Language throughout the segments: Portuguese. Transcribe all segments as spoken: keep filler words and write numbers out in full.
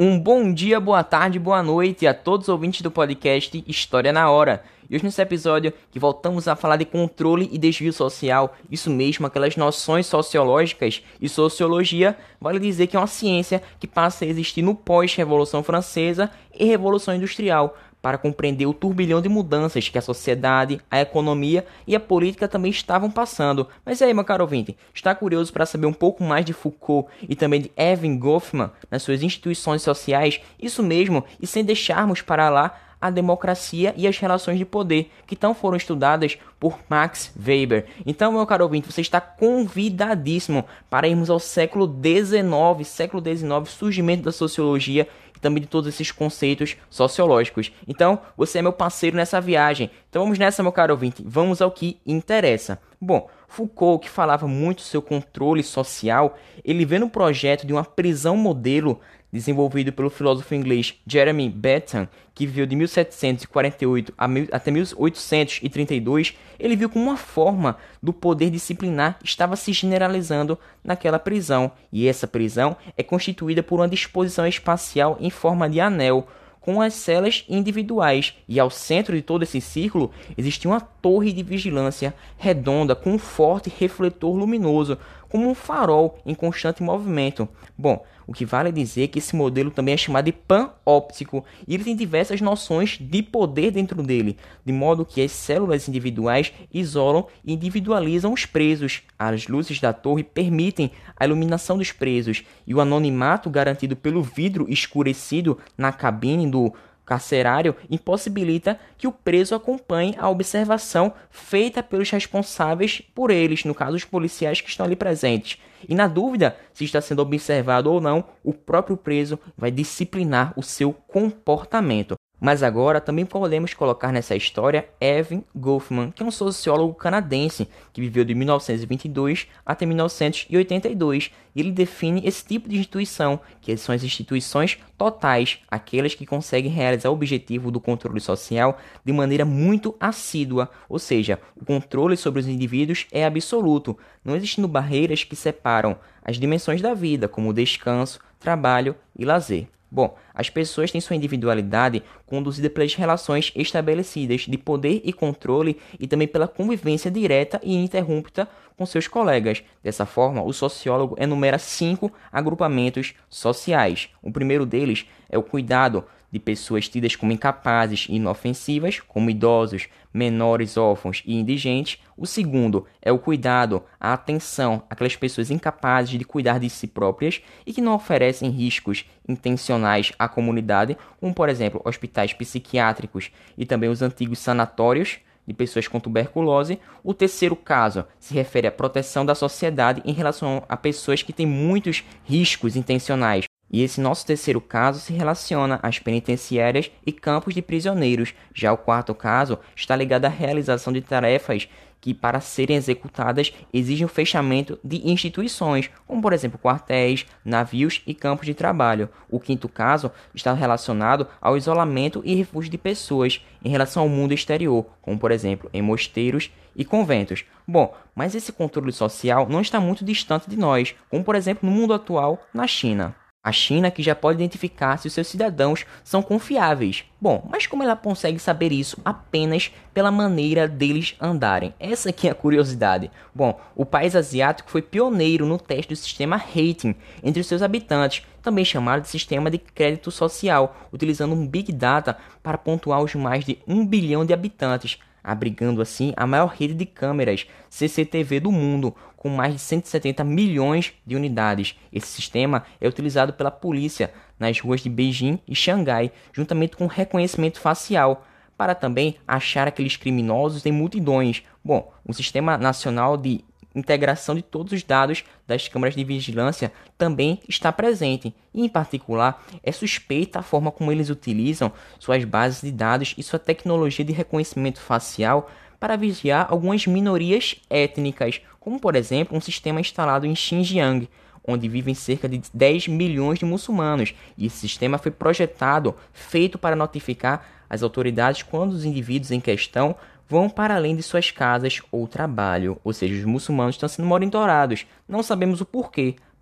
Um bom dia, boa tarde, boa noite a todos os ouvintes do podcast História na Hora. E hoje nesse episódio que voltamos a falar de controle e desvio social, isso mesmo, aquelas noções sociológicas e sociologia, vale dizer que é uma ciência que passa a existir no pós-Revolução Francesa e Revolução Industrial, para compreender o turbilhão de mudanças que a sociedade, a economia e a política também estavam passando. Mas e aí, meu caro ouvinte, está curioso para saber um pouco mais de Foucault e também de Erving Goffman nas suas instituições sociais? Isso mesmo, e sem deixarmos para lá a democracia e as relações de poder, que tão foram estudadas por Max Weber. Então, meu caro ouvinte, você está convidadíssimo para irmos ao século dezenove, século dezenove, surgimento da sociologia e também de todos esses conceitos sociológicos. Então, você é meu parceiro nessa viagem. Então, vamos nessa, meu caro ouvinte. Vamos ao que interessa. Bom, Foucault, que falava muito do seu controle social, ele vê no projeto de uma prisão modelo desenvolvido pelo filósofo inglês Jeremy Bentham, que viveu de mil setecentos e quarenta e oito até mil oitocentos e trinta e dois, ele viu como uma forma do poder disciplinar estava se generalizando naquela prisão, e essa prisão é constituída por uma disposição espacial em forma de anel, com as celas individuais, e ao centro de todo esse círculo existia uma torre de vigilância redonda com um forte refletor luminoso, como um farol em constante movimento. Bom, o que vale dizer que esse modelo também é chamado de pan-óptico, e ele tem diversas noções de poder dentro dele, de modo que as células individuais isolam e individualizam os presos. As luzes da torre permitem a iluminação dos presos, e o anonimato garantido pelo vidro escurecido na cabine do carcerário impossibilita que o preso acompanhe a observação feita pelos responsáveis por eles, no caso os policiais que estão ali presentes. E na dúvida se está sendo observado ou não, o próprio preso vai disciplinar o seu comportamento. Mas agora também podemos colocar nessa história Erving Goffman, que é um sociólogo canadense que viveu de mil novecentos e vinte e dois até mil novecentos e oitenta e dois. E ele define esse tipo de instituição, que são as instituições totais, aquelas que conseguem realizar o objetivo do controle social de maneira muito assídua, ou seja, o controle sobre os indivíduos é absoluto, não existindo barreiras que separam as dimensões da vida, como o descanso, trabalho e lazer. Bom, as pessoas têm sua individualidade conduzida pelas relações estabelecidas de poder e controle e também pela convivência direta e ininterrupta com seus colegas. Dessa forma, o sociólogo enumera cinco agrupamentos sociais. O primeiro deles é o cuidado de pessoas tidas como incapazes e inofensivas, como idosos, menores, órfãos e indigentes. O segundo é o cuidado, a atenção àquelas pessoas incapazes de cuidar de si próprias e que não oferecem riscos intencionais à comunidade, como, por exemplo, hospitais psiquiátricos e também os antigos sanatórios de pessoas com tuberculose. O terceiro caso se refere à proteção da sociedade em relação a pessoas que têm muitos riscos intencionais. E esse nosso terceiro caso se relaciona às penitenciárias e campos de prisioneiros. Já o quarto caso está ligado à realização de tarefas que, para serem executadas, exigem o fechamento de instituições, como, por exemplo, quartéis, navios e campos de trabalho. O quinto caso está relacionado ao isolamento e refúgio de pessoas em relação ao mundo exterior, como, por exemplo, em mosteiros e conventos. Bom, mas esse controle social não está muito distante de nós, como, por exemplo, no mundo atual, na China. A China, que já pode identificar se os seus cidadãos são confiáveis. Bom, mas como ela consegue saber isso apenas pela maneira deles andarem? Essa aqui é a curiosidade. Bom, o país asiático foi pioneiro no teste do sistema rating entre os seus habitantes, também chamado de sistema de crédito social, utilizando um Big Data para pontuar os mais de um bilhão de habitantes, abrigando assim a maior rede de câmeras C C T V do mundo, com mais de cento e setenta milhões de unidades. Esse sistema é utilizado pela polícia nas ruas de Beijing e Xangai, juntamente com reconhecimento facial, para também achar aqueles criminosos em multidões. Bom, o Sistema Nacional de Integração de todos os dados das câmeras de vigilância também está presente, e em particular é suspeita a forma como eles utilizam suas bases de dados e sua tecnologia de reconhecimento facial para vigiar algumas minorias étnicas, como por exemplo um sistema instalado em Xinjiang, onde vivem cerca de dez milhões de muçulmanos, e esse sistema foi projetado, feito para notificar as autoridades quando os indivíduos em questão vão para além de suas casas ou trabalho, ou seja, os muçulmanos estão sendo monitorados. Não sabemos o porquê,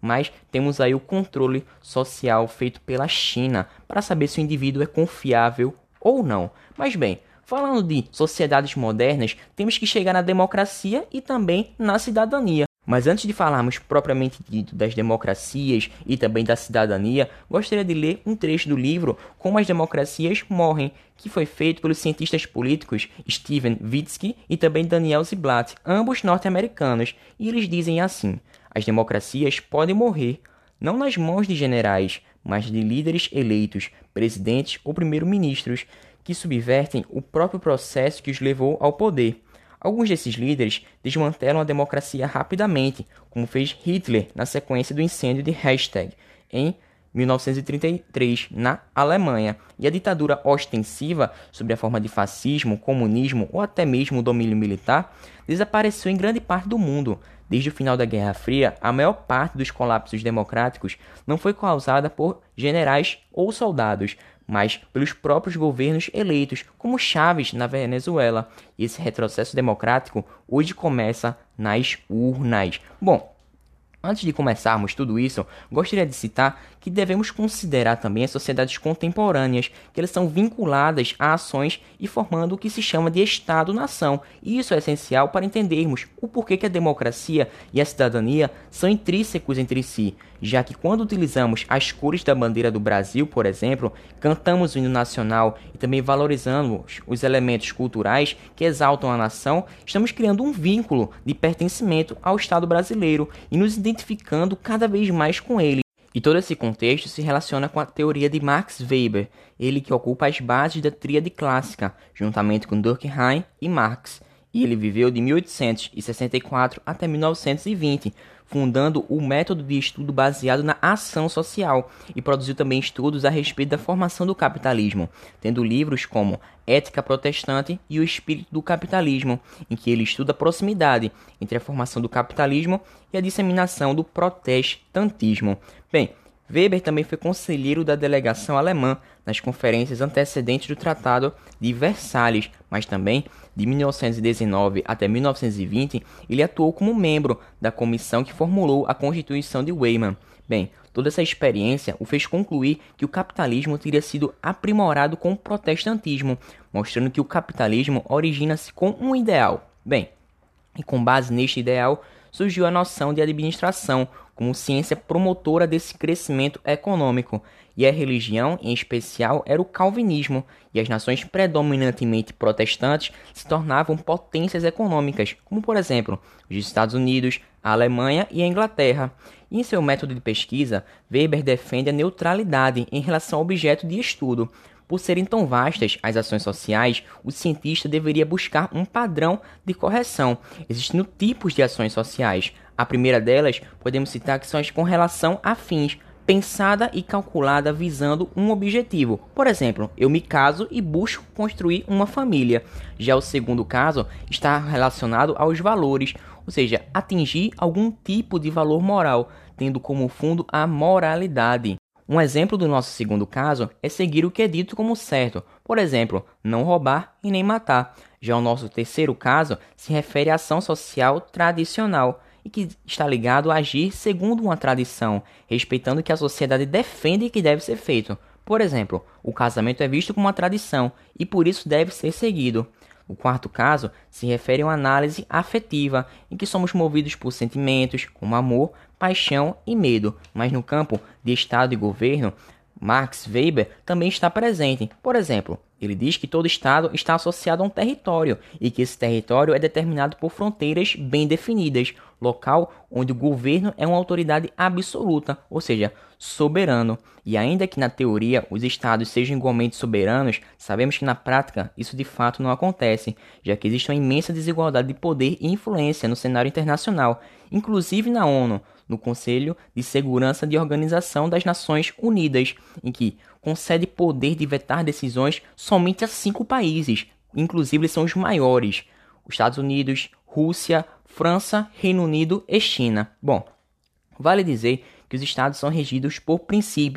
mas temos aí o controle social feito pela China para saber se o indivíduo é confiável ou não. Mas bem, falando de sociedades modernas, temos que chegar na democracia e também na cidadania. Mas antes de falarmos propriamente dito das democracias e também da cidadania, gostaria de ler um trecho do livro Como as Democracias Morrem, que foi feito pelos cientistas políticos Steven Vitsky e também Daniel Ziblatt, ambos norte-americanos, e eles dizem assim: as democracias podem morrer, não nas mãos de generais, mas de líderes eleitos, presidentes ou primeiro-ministros, que subvertem o próprio processo que os levou ao poder. Alguns desses líderes desmantelam a democracia rapidamente, como fez Hitler na sequência do incêndio de Reichstag em mil novecentos e trinta e três, na Alemanha, e a ditadura ostensiva, sob a forma de fascismo, comunismo ou até mesmo o domínio militar, desapareceu em grande parte do mundo. Desde o final da Guerra Fria, a maior parte dos colapsos democráticos não foi causada por generais ou soldados, mas pelos próprios governos eleitos, como Chávez na Venezuela. E esse retrocesso democrático hoje começa nas urnas. Bom, antes de começarmos tudo isso, gostaria de citar que devemos considerar também as sociedades contemporâneas, que elas são vinculadas a ações e formando o que se chama de Estado-nação. E isso é essencial para entendermos o porquê que a democracia e a cidadania são intrínsecos entre si, já que quando utilizamos as cores da bandeira do Brasil, por exemplo, cantamos o hino nacional e também valorizamos os elementos culturais que exaltam a nação, estamos criando um vínculo de pertencimento ao Estado brasileiro e nos identificando cada vez mais com ele. E todo esse contexto se relaciona com a teoria de Max Weber, ele que ocupa as bases da tríade clássica, juntamente com Durkheim e Marx. E ele viveu de mil oitocentos e sessenta e quatro até mil novecentos e vinte, fundando o método de estudo baseado na ação social, e produziu também estudos a respeito da formação do capitalismo, tendo livros como Ética Protestante e O Espírito do Capitalismo, em que ele estuda a proximidade entre a formação do capitalismo e a disseminação do protestantismo. Bem, Weber também foi conselheiro da delegação alemã nas conferências antecedentes do Tratado de Versalhes, mas também, de mil novecentos e dezenove até mil novecentos e vinte, ele atuou como membro da comissão que formulou a Constituição de Weimar. Bem, toda essa experiência o fez concluir que o capitalismo teria sido aprimorado com o protestantismo, mostrando que o capitalismo origina-se com um ideal. Bem, e com base neste ideal, surgiu a noção de administração como ciência promotora desse crescimento econômico, e a religião, em especial, era o calvinismo, e as nações predominantemente protestantes se tornavam potências econômicas, como por exemplo, os Estados Unidos, a Alemanha e a Inglaterra. E em seu método de pesquisa, Weber defende a neutralidade em relação ao objeto de estudo. Por serem tão vastas as ações sociais, o cientista deveria buscar um padrão de correção, existindo tipos de ações sociais. A primeira delas, podemos citar que são as com relação a fins, pensada e calculada visando um objetivo. Por exemplo, eu me caso e busco construir uma família. Já o segundo caso está relacionado aos valores, ou seja, atingir algum tipo de valor moral, tendo como fundo a moralidade. Um exemplo do nosso segundo caso é seguir o que é dito como certo, por exemplo, não roubar e nem matar. Já o nosso terceiro caso se refere à ação social tradicional e que está ligado a agir segundo uma tradição, respeitando o que a sociedade defende que deve ser feito. Por exemplo, o casamento é visto como uma tradição e por isso deve ser seguido. O quarto caso se refere a uma análise afetiva, em que somos movidos por sentimentos como amor, paixão e medo, mas no campo de Estado e governo, Max Weber também está presente. Por exemplo, ele diz que todo Estado está associado a um território e que esse território é determinado por fronteiras bem definidas, local onde o governo é uma autoridade absoluta, ou seja, soberano. E ainda que na teoria os Estados sejam igualmente soberanos, sabemos que na prática isso de fato não acontece, já que existe uma imensa desigualdade de poder e influência no cenário internacional, inclusive na ONU, no Conselho de Segurança de Organização das Nações Unidas, em que concede poder de vetar decisões somente a cinco países, inclusive eles são os maiores: os Estados Unidos, Rússia, França, Reino Unido e China. Bom, vale dizer que os estados são regidos por princípios,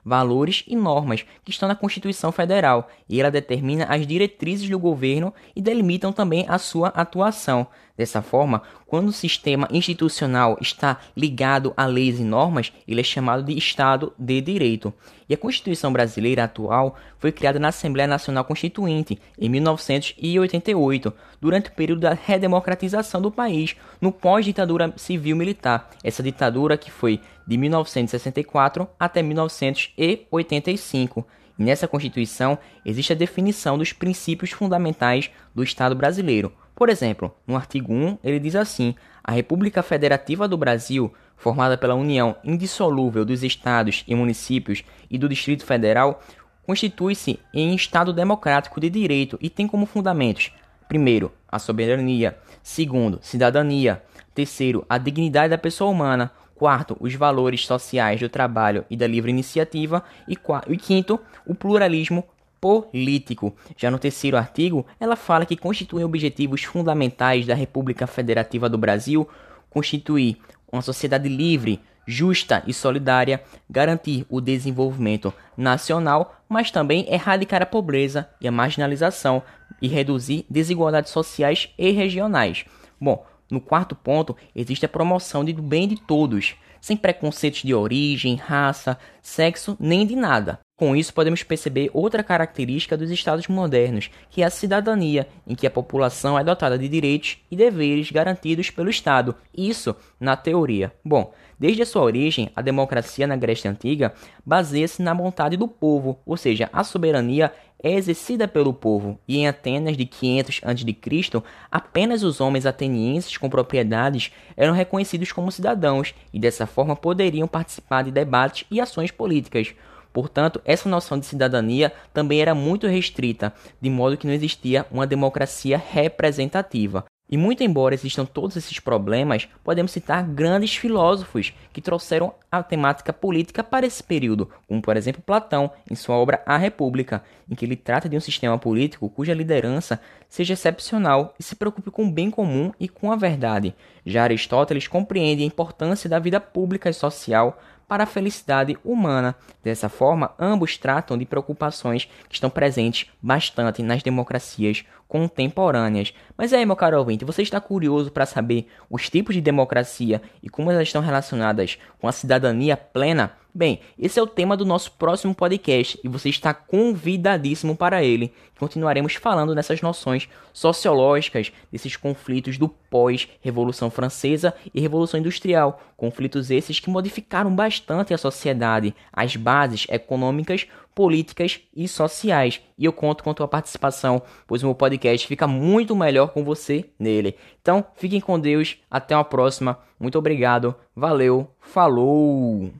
valores e normas que estão na Constituição Federal, e ela determina as diretrizes do governo e delimitam também a sua atuação. Dessa forma, quando o sistema institucional está ligado a leis e normas, ele é chamado de Estado de Direito. E a Constituição brasileira atual foi criada na Assembleia Nacional Constituinte, em mil novecentos e oitenta e oito, durante o período da redemocratização do país, no pós-ditadura civil-militar. Essa ditadura que foi de mil novecentos e sessenta e quatro até mil novecentos e oitenta e cinco. E nessa Constituição existe a definição dos princípios fundamentais do Estado brasileiro. Por exemplo, no artigo um, ele diz assim: a República Federativa do Brasil, formada pela união indissolúvel dos estados e municípios e do Distrito Federal, constitui-se em Estado democrático de direito e tem como fundamentos: primeiro, a soberania; segundo, cidadania; terceiro, a dignidade da pessoa humana; quarto, os valores sociais do trabalho e da livre iniciativa; e, quarto, e quinto, o pluralismo político. Já no terceiro artigo, ela fala que constituem objetivos fundamentais da República Federativa do Brasil constituir uma sociedade livre, justa e solidária, garantir o desenvolvimento nacional, mas também erradicar a pobreza e a marginalização e reduzir desigualdades sociais e regionais. Bom, no quarto ponto, existe a promoção do bem de todos, sem preconceitos de origem, raça, sexo, nem de nada. Com isso, podemos perceber outra característica dos estados modernos, que é a cidadania, em que a população é dotada de direitos e deveres garantidos pelo Estado. Isso na teoria. Bom, desde a sua origem, a democracia na Grécia Antiga baseia-se na vontade do povo, ou seja, a soberania é exercida pelo povo, e em Atenas de quinhentos antes de Cristo, apenas os homens atenienses com propriedades eram reconhecidos como cidadãos, e dessa forma poderiam participar de debates e ações políticas. Portanto, essa noção de cidadania também era muito restrita, de modo que não existia uma democracia representativa. E muito embora existam todos esses problemas, podemos citar grandes filósofos que trouxeram a temática política para esse período, como por exemplo Platão, em sua obra A República, em que ele trata de um sistema político cuja liderança seja excepcional e se preocupe com o bem comum e com a verdade. Já Aristóteles compreende a importância da vida pública e social para a felicidade humana. Dessa forma, ambos tratam de preocupações que estão presentes bastante nas democracias contemporâneas. Mas aí, meu caro ouvinte, você está curioso para saber os tipos de democracia e como elas estão relacionadas com a cidadania plena? Bem, esse é o tema do nosso próximo podcast e você está convidadíssimo para ele. Continuaremos falando nessas noções sociológicas, desses conflitos do pós-Revolução Francesa e Revolução Industrial. Conflitos esses que modificaram bastante a sociedade, as bases econômicas, políticas e sociais. E eu conto com a tua participação, pois o meu podcast fica muito melhor com você nele. Então, fiquem com Deus, até uma próxima. Muito obrigado, valeu, falou!